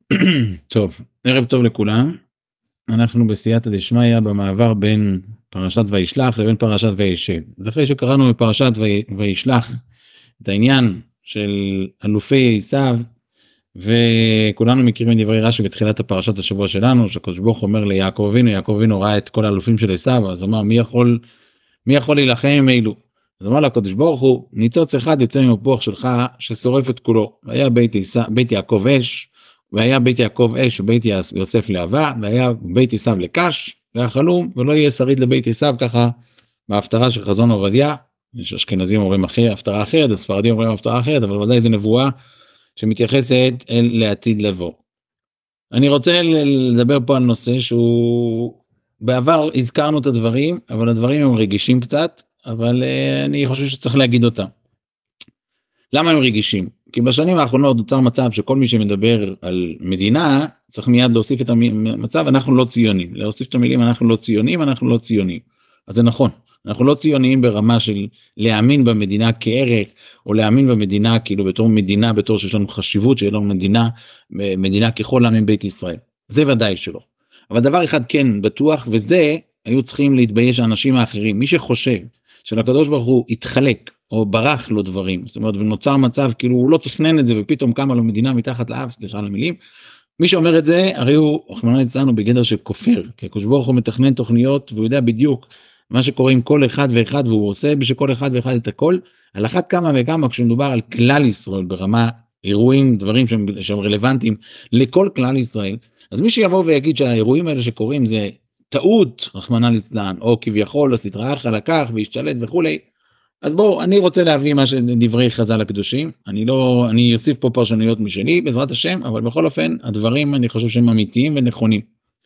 טוב, ערב טוב לכולם. אנחנו בסייעתא דשמיא במעבר בין פרשת וישלח לבין פרשת וישב. אז אחרי שקראנו בפרשת וישלח את העניין של אלופי עשיו, וכולנו מכירים דברי רש"י בתחילת הפרשת השבוע שלנו, שהקדוש ברוך הוא אומר ליעקב אבינו, יעקב אבינו ראה את כל האלופים של עשיו, אז אמר מי יכול להילחם עם אלו? אז אמר לקדוש ברוך הוא, ניצוץ אחד יוצא ממפוח שלך ששורף את כולו. והיה בית יעקב אש, והיה בית יעקב אש ובית יוסף להבה, והיה בית עשיו לקש, והיה חלום, ולא יהיה שריד לבית עשיו, ככה בהפטרה של חזון עובדיה. יש אשכנזים אומרים הפטרה אחרת, הספרדים אומרים הפטרה אחרת, אבל ודאי זו נבואה שמתייחסת לעתיד לבוא. אני רוצה לדבר פה על נושא שהוא, בעבר הזכרנו את הדברים, אבל הדברים הם רגישים קצת, אבל אני חושב שצריך להגיד אותם. למה הם רגישים? כי בשנים האחרונות נוצר מצב שכל מי שמדבר על מדינה, צריך מיד להוסיף את המצב, אנחנו לא ציונים. להוסיף את המילים, אנחנו לא ציונים, אנחנו לא ציונים. אז זה נכון. אנחנו לא ציוניים ברמה של להאמין במדינה כערך, או להאמין במדינה כאילו בתור מדינה, בתור שיש לנו חשיבות, שיהיה לנו מדינה ככל העמים בית ישראל. זה ודאי שלא. אבל דבר אחד כן בטוח, וזה היו צריכים להתבייש האנשים האחרים. מי שחושב שלקדוש ברוך הוא התחלק, או ברח לו דברים, זאת אומרת, ונוצר מצב כאילו הוא לא תכנן את זה, ופתאום קמה לו מדינה מתחת לאף, סליחה על המילים, מי שאומר את זה, הרי הוא, רחמנא ליצלן, בגדר של כופר, כי הקדוש ברוך הוא מתכנן תוכניות, והוא יודע בדיוק מה שקורה עם כל אחד ואחד, והוא עושה בשכל אחד ואחד את הכל, על אחת כמה וכמה, כשמדובר על כלל ישראל, ברמה אירועים, דברים שהם רלוונטיים לכל כלל ישראל, אז מי שיבוא ויגיד שהאירועים האלה שקורים זה טעות, רחמנא ליצלן, או כביכול, הסדרה חלקך והשתלט וכולי, אז בואו, אני רוצה להביא מה שדברי חז"ל הקדושים, אני אוסיף פה פרשנויות משלי, בעזרת השם, אבל בכל אופן, הדברים אני חושב שהם אמיתיים ונכונים.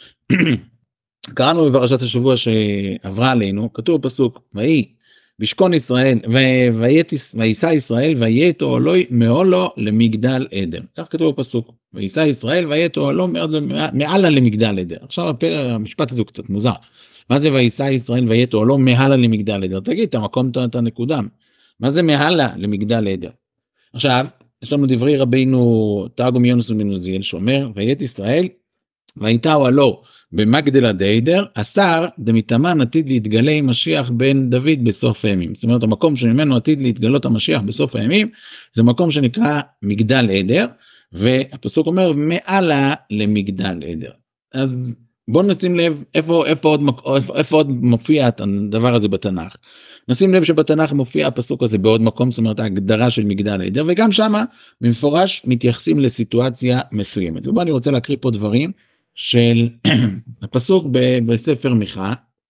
קראנו בפרשת השבוע שעברה עלינו, כתוב פסוק, ויהי בשכון ישראל, וייסע ישראל, ויית אוהלו מאוהלו למגדל עדר. כך כתוב בפסוק, וייסע ישראל, ויית אוהלו מעלה למגדל עדר. עכשיו המשפט הזה הוא קצת מוזר. מה זה וייסע ישראל ויית אוהלו מעלה למגדל עדר? תגיד את המקום, את הנקודה. מה זה מעלה למגדל עדר? עכשיו, יש לנו דברי רבינו תרגום יונס בן עוזיאל שאומר, ויית ישראל, והייתה אוהלו במגדל עדר, השר דמתאמן עתיד להתגלה עם משיח בן דוד בסוף הימים. זאת אומרת, המקום שממנו עתיד להתגלות המשיח בסוף הימים, זה מקום שנקרא מגדל עדר, והפסוק אומר, מעלה למגדל עדר. אז בואו נשים לב איפה עוד מופיע הדבר הזה בתנ"ך. נשים לב שבתנ"ך מופיע הפסוק הזה בעוד מקום, זאת אומרת ההגדרה של מגדל עדר, וגם שמה במפורש מתייחסים לסיטואציה מסוימת. ובוא אני רוצה להקריא פה דברים של הפסוק בספר מיכה.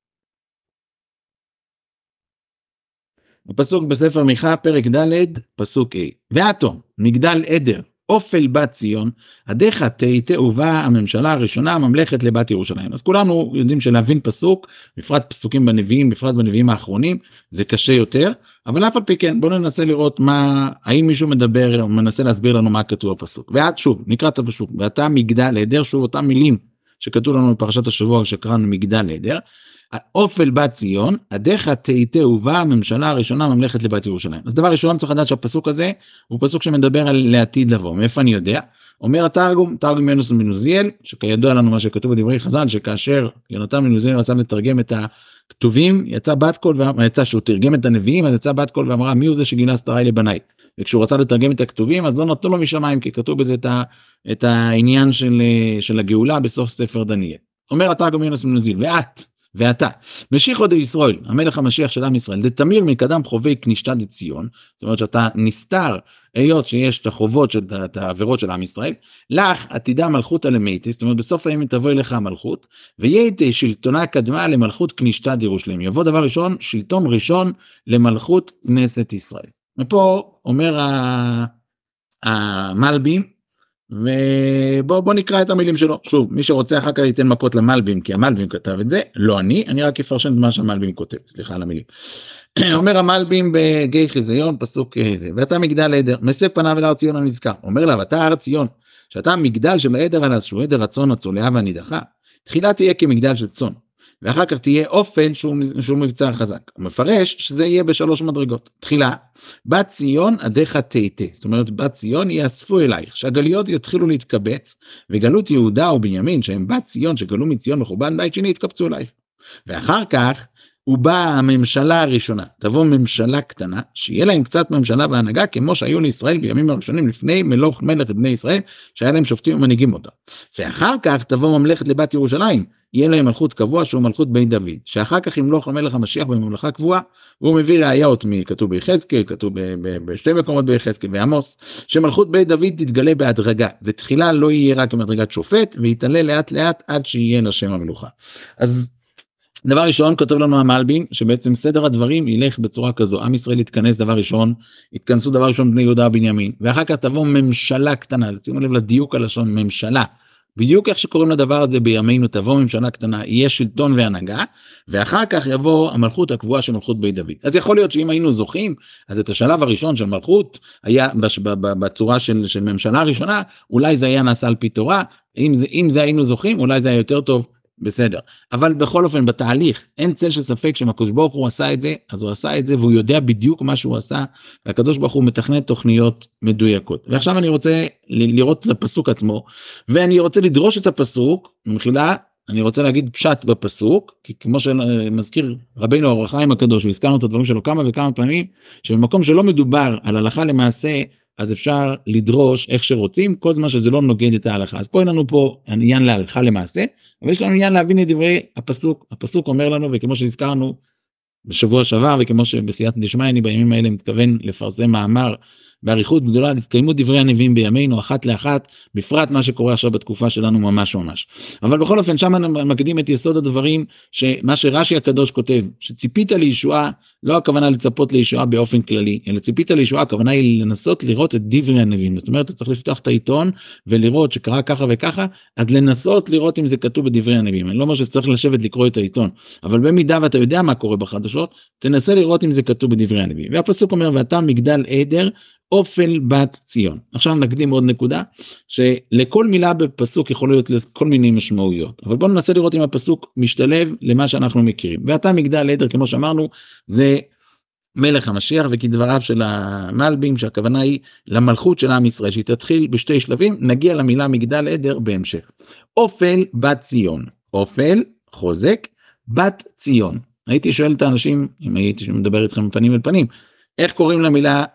הפסוק בספר מיכה פרק ד' פסוק ה', ועתו מגדל עדר אופל בת ציון, עדיך תהייתה ובאה הממשלה הראשונה ממלכת לבת ירושלים. אז כולנו יודעים שלהבין פסוק, בפרט פסוקים בנביאים, בפרט בנביאים האחרונים, זה קשה יותר, אבל אף על פי כן, בואו ננסה לראות האם מישהו מדבר או מנסה להסביר לנו מה כתוב הפסוק. ועד שוב, נקרא את הפסוק, ואתה מגדל עדר, שוב אותם מילים שכתוב לנו בפרשת השבוע שקראנו מגדל עדר, אופל בת ציון, עדיך תהייתה ובאה הממשלה הראשונה ממלכת לבת ירושלים. אז דבר ראשון צריך לדעת שהפסוק הזה הוא פסוק שמדבר על לעתיד לבוא. מאיפה אני יודע? אומר תרגום יונס בן עוזיאל, שכידוע לנו מה שכתוב בדברי חז"ל, שכאשר יונתן בן עוזיאל רצה לתרגם את הכתובים, יצא בת קול, יצא שהוא תרגם את הנביאים, אז יצא בת קול ואמרה, מי הוא זה שגילה שטרי לבניי? וכשהוא רצה לתרגם את הכתובים, אז לא נתנו לו משמיים, כי כתוב בזה את העניין של הגאולה בסוף ספר דניאל. אומר התרגום יונס בן עוזיאל, ואתה, משיחו דישראל, המלך המשיח של עם ישראל, דתמיר מקדם חובי כנישתא דציון, זאת אומרת שאתה נסתר, היות שיש את החובות, את העבירות של עם ישראל, לך עתידה מלכות למתי, זאת אומרת בסוף הימים תבוא אליך המלכות, וייתי שלטונה קדמה למלכות כנישתא דירושלים, יבוא דבר ראשון, שלטון ראשון למלכות כנסת ישראל. ופה אומר המלבים, ובוא נקרא את המילים שלו. שוב, מי שרוצה אחר כך ייתן מכות למלבים, כי המלבים כתב את זה, לא אני רק אפרשן את מה שהמלבים כותב, סליחה על המילים. אומר המלבים בגיא חיזיון, פסוק זה, ואתה מגדל עדר, מסב פניו אל הר ציון הנזכר, אומר לה, ואתה הר ציון, שאתה מגדל של העדר הנס, שהוא עדר הצאן הצולע והנידחה, תחילה תהיה כמגדל של צאן, ואחר כך תהיה אופל שהוא מבצר חזק. הוא מפרש שזה יהיה בשלוש מדרגות. תחילה, בת ציון עדיך תהיתה, זאת אומרת בת ציון יאספו אלייך, שהגלויות יתחילו להתקבץ, וגלות יהודה ובנימין שהם בת ציון שגלו מציון לחורבן בית שני יתקבצו אלייך. ואחר כך הוא בא הממשלה הראשונה, תבוא ממשלה קטנה, שיהיה להם קצת ממשלה בהנהגה, כמו שהיו לישראל בימים הראשונים לפני מלך לבני ישראל, שהיה להם שופטים ומנהיגים אותה. ואחר כך תבוא ממלכת לבת ירושלים, יהיה להם מלכות קבוע שהוא מלכות בית דוד, שאחר כך ימלוך המלך המשיח בממלכה קבועה, והוא מביא ראיות מכתוב ביחזקאל, כתוב בשתי מקומות ביחזקאל ועמוס, שמלכות בית דוד תתגלה בהדרגה, ותחילה לא יהיה רק במדרגת שופט, ויתעלה לאט לאט עד שיהיה לשם המלוכה. אז דבר ראשון כותב לנו המלבין שבעצם סדר הדברים ילך בצורה כזו, עם ישראל יתכנס דבר ראשון, יתכנסו דבר ראשון בני יהודה ובנימין, ואחר כך תבוא ממשלה קטנה, שימו לב לדיוק הלשון ממשלה, בדיוק איך שקוראים לדבר הזה בימינו, תבוא ממשלה קטנה, יהיה שלטון והנהגה, ואחר כך יבוא המלכות הקבועה של מלכות בית דוד. אז יכול להיות שאם היינו זוכים, אז את השלב הראשון של מלכות, היה בצורה של ממשלה ראשונה, אולי זה היה נעשה על פי תורה, אם זה היינו זוכים, אולי זה היה יותר טוב, בסדר. אבל בכל אופן בתהליך, אין צל של ספק שהקדוש ברוך הוא עשה את זה, אז הוא עשה את זה והוא יודע בדיוק מה שהוא עשה, והקדוש ברוך הוא מתכנן תוכניות מדויקות. ועכשיו אני רוצה לראות את הפסוק עצמו, ואני רוצה לדרוש את הפסוק, במחילה, אני רוצה להגיד פשט בפסוק, כי כמו שמזכיר רבינו אור החיים הקדוש, והזכרנו את הדברים שלו כמה וכמה פעמים, שבמקום שלא מדובר על הלכה למעשה, אז אפשר לדרוש איך שרוצים, כל זמן שזה לא נוגד את ההלכה. אז פה אין לנו פה עניין להלכה למעשה, אבל יש לנו עניין להבין את דברי הפסוק. הפסוק אומר לנו, וכמו שהזכרנו בשבוע שעבר, וכמו שבסייעתא דשמיא אני בימים האלה מתכוון לפרסם מאמר בעריכות גדולה, התקיימו דברי הנביאים בימינו אחת לאחת, בפרט מה שקורה עכשיו בתקופה שלנו ממש ממש. אבל בכל אופן שם מקדים את יסוד הדברים, שמה שרש"י הקדוש כותב, שציפית לישועה, לא הכוונה לצפות לישועה באופן כללי, אלא ציפית לישועה, הכוונה היא לנסות לראות את דברי הנביאים. זאת אומרת, אתה צריך לפתוח את העיתון ולראות שקרה ככה וככה, עד לנסות לראות אם זה כתוב בדברי הנביאים. אני לא אומר שצריך לשבת לקרוא את העיתון, אבל במידה ואתה יודע מה קורה בחדשות, תנסה לראות אם זה כתוב בדברי הנביאים. והפסוק אומר, ואתה מגדל עדר, אופל בת ציון. עכשיו נקדים עוד נקודה, שלכל מילה בפסוק יכול להיות כל מיני משמעויות, אבל בואו ננסה לראות אם הפסוק משתלב למה שאנחנו מכירים. ואתה מגדל עדר, כמו שאמרנו, זה מלך המשיח, וכדבריו של המלבים, שהכוונה היא למלכות של עם ישראל, שהיא תתחיל בשתי שלבים, נגיע למילה מגדל עדר בהמשך. אופל בת ציון, אופל, חוזק, בת ציון. הייתי שואל את האנשים, אם הייתי מדבר איתכם פנים אל פנים, איך קוראים למילה,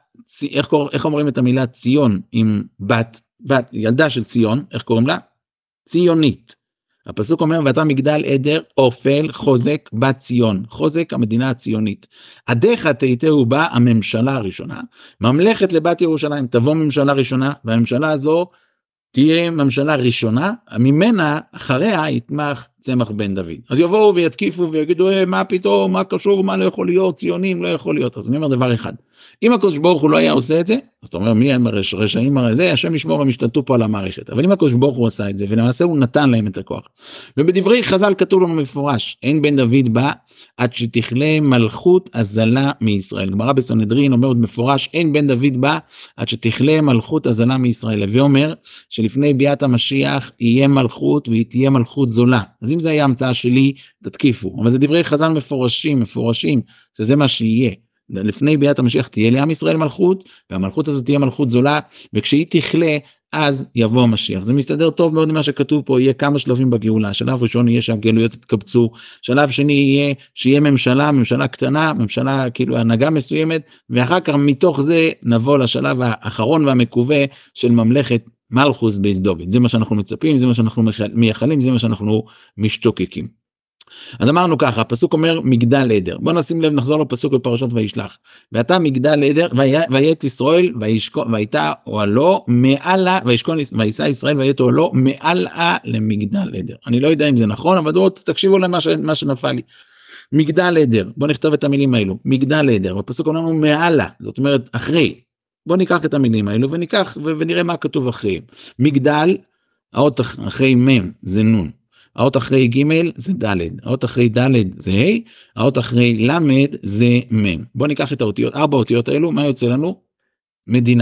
איך אומרים את המילה ציון עם בת, ילדה של ציון, איך קוראים לה? ציונית. הפסוק אומר, ואתה מגדל עדר, אופל, חוזק, בת ציון. חוזק, המדינה הציונית. עדיך תהיתהו בה הממשלה הראשונה. ממלכת לבת ירושלים, תבוא ממשלה ראשונה, והממשלה הזו תהיה ממשלה ראשונה, ממנה, אחריה, יתמך צמח בן דוד. אז יבואו ויתקיפו ויגידו, מה פתאום, מה קשור, מה לא יכול להיות, ציונים לא יכול להיות. אז אני אומר דבר אחד, אם הקדוש ברוך הוא לא היה עושה את זה, אז אתה אומר, מי הם הרשעים הרי זה, השם ישמור, הם השתלטו פה על המערכת. אבל אם הקדוש ברוך הוא עשה את זה, ולמעשה הוא נתן להם את הכוח. ובדברי חז"ל כתוב לנו מפורש, אין בן דוד בא, עד שתכלה מלכות הזלה מישראל. גמרא בסנהדרין אומרת מפורש, אין בן דוד בא, עד שתכלה מלכות הזלה מישראל. ואומר, שלפני ביאת המשיח יהיה מלכות, והיא תהיה מלכות זולה. אז אם זה היה המצאה שלי, תתקיפו. אבל זה דברי חז"ל מפורשים, שזה מה שיהיה. לפני ביאת המשיח תהיה לעם ישראל מלכות, והמלכות הזאת תהיה מלכות זולה, וכשהיא תכלה, אז יבוא המשיח. זה מסתדר טוב מאוד ממה שכתוב פה, יהיה כמה שלבים בגאולה. שלב ראשון יהיה שהגלויות יתקבצו, שלב שני יהיה שיהיה ממשלה קטנה, ממשלה כאילו הנהגה מסוימת, ואחר כך מתוך זה נבוא לשלב האחרון והמקווה של ממלכת מלכוס בית דוד. זה מה שאנחנו מצפים, זה מה שאנחנו מייחלים, זה מה שאנחנו משתוקקים. אז אמרנו ככה, הפסוק אומר מגדל עדר. בוא נשים לב, נחזור לפסוק בפרשת וישלח. ואתה מגדל עדר, ויית ישראל, והייתה אוהלו מעלה, וישא ישראל והיית אוהלו מעלה למגדל עדר. אני לא יודע אם זה נכון, אבל תקשיבו למה שנפל לי. מגדל עדר, בוא נכתוב את המילים האלו, מגדל עדר, הפסוק אומר לנו מעלה, זאת אומרת אחרי. בוא ניקח את המילים האלו ונראה מה כתוב אחרי. מגדל, האות אחרי מם זה נון. האות אחרי ג' זה ד', האות אחרי ד' זה ה', האות אחרי ל' זה מ'. בוא ניקח את האותיות, 4 אותיות האלו, מה יוצא לנו? מדינה.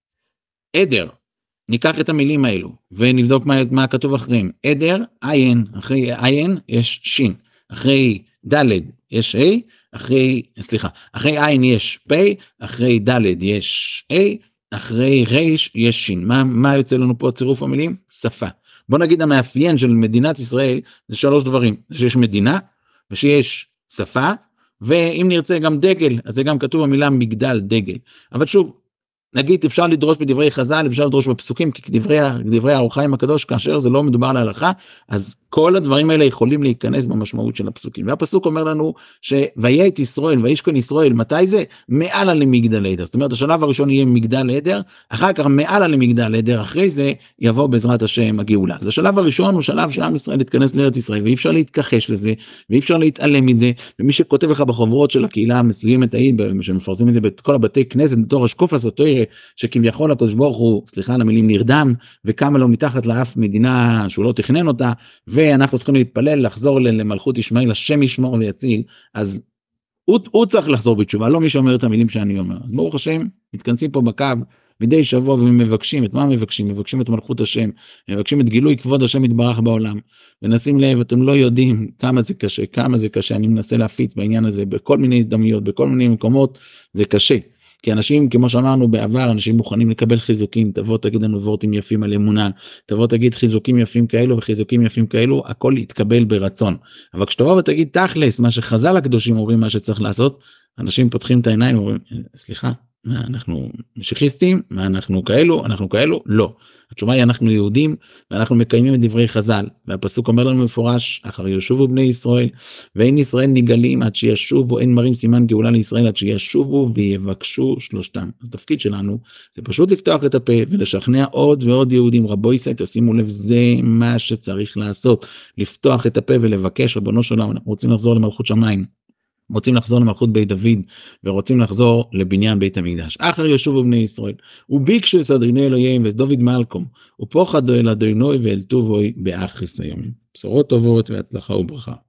עדר, ניקח את המילים האלו, ונבדוק מה כתוב אחריהם. עדר, עין, אחרי עין יש שין. אחרי ד' יש A, אחרי עין יש P, אחרי ד' יש A, אחרי ריש יש שין. מה יוצא לנו פה צירוף המילים? שפה. בוא נגיד המאפיין של מדינת ישראל זה 3 דברים, שיש מדינה ושיש שפה, ואם נרצה גם דגל, אז זה גם כתוב במילה מגדל דגל. אבל שוב, נגיד אפשר לדרוש בדברי חז"ל, אפשר לדרוש בפסוקים, כי דברי האור החיים הקדוש, כאשר זה לא מדובר על ההלכה, אז כל הדברים האלה יכולים להיכנס במשמעות של הפסוקים. והפסוק אומר לנו שויהיה את ישראל, וישכון ישראל, מתי זה? מעלה למגדל עדר. זאת אומרת, השלב הראשון יהיה מגדל עדר, אחר כך מעלה למגדל עדר, אחרי זה יבוא בעזרת השם הגאולה. אז השלב הראשון הוא שלב שעם ישראל יתכנס לארץ ישראל, ואי אפשר להתכחש לזה, ואי אפשר להתעלם מזה, ומי שכותב לך בחוברות של הקהילה המסוימת ההיא, שמפרסמים את זה בכל הבתי כנסת, בתור השקופס התורה, שכביכול הקדוש ברוך הוא, סליחה על המילים, נרדם, וקמה לו מתחת לאף מדינה שהוא לא תכנן אותה, ואנחנו צריכים להתפלל, לחזור למלכות ישמעאל, השם ישמור ויציל, אז הוא צריך לחזור בתשובה, לא מי שאומר את המילים שאני אומר. אז ברוך השם, מתכנסים פה בקו, מדי שבוע ומבקשים, את מה מבקשים? מבקשים את מלכות השם, מבקשים את גילוי כבוד השם יתברך בעולם, ונשים לב, אתם לא יודעים כמה זה קשה, אני מנסה להפיץ בעניין הזה, בכל מיני הזדמנויות, בכל מיני מקומות, זה קשה. כי אנשים, כמו שאמרנו בעבר, אנשים מוכנים לקבל חיזוקים, תבוא תגיד לנו וורטים יפים על אמונה, תבוא תגיד חיזוקים יפים כאלו וחיזוקים יפים כאלו, הכל יתקבל ברצון. אבל כשתבוא ותגיד תכלס, מה שחז"ל הקדושים אומרים מה שצריך לעשות, אנשים פותחים את העיניים ואומרים, סליחה, מה אנחנו משיחיסטים, מה אנחנו כאלו, לא. התשובה היא אנחנו יהודים, ואנחנו מקיימים את דברי חז"ל, והפסוק אומר לנו מפורש, אחר ישובו בני ישראל, ואין ישראל נגלים עד שישובו, אין מראים סימן גאולה לישראל, עד שישובו ויבקשו שלושתם. אז תפקיד שלנו, זה פשוט לפתוח את הפה, ולשכנע עוד ועוד יהודים, רבו ישראל, תשימו לב, זה מה שצריך לעשות, לפתוח את הפה ולבקש, רבונו של עולם, אנחנו רוצים לחזור למלכות שמיים. רוצים לחזור למלכות בית דוד, ורוצים לחזור לבניין בית המקדש. אחר ישובו בני ישראל, וביקשו את אדוני אלוהיהם, ואת דוד מלכם, ופוחדו אל אדוני ואל טובו באחריס הימים. בשורות טובות והצלחה וברכה.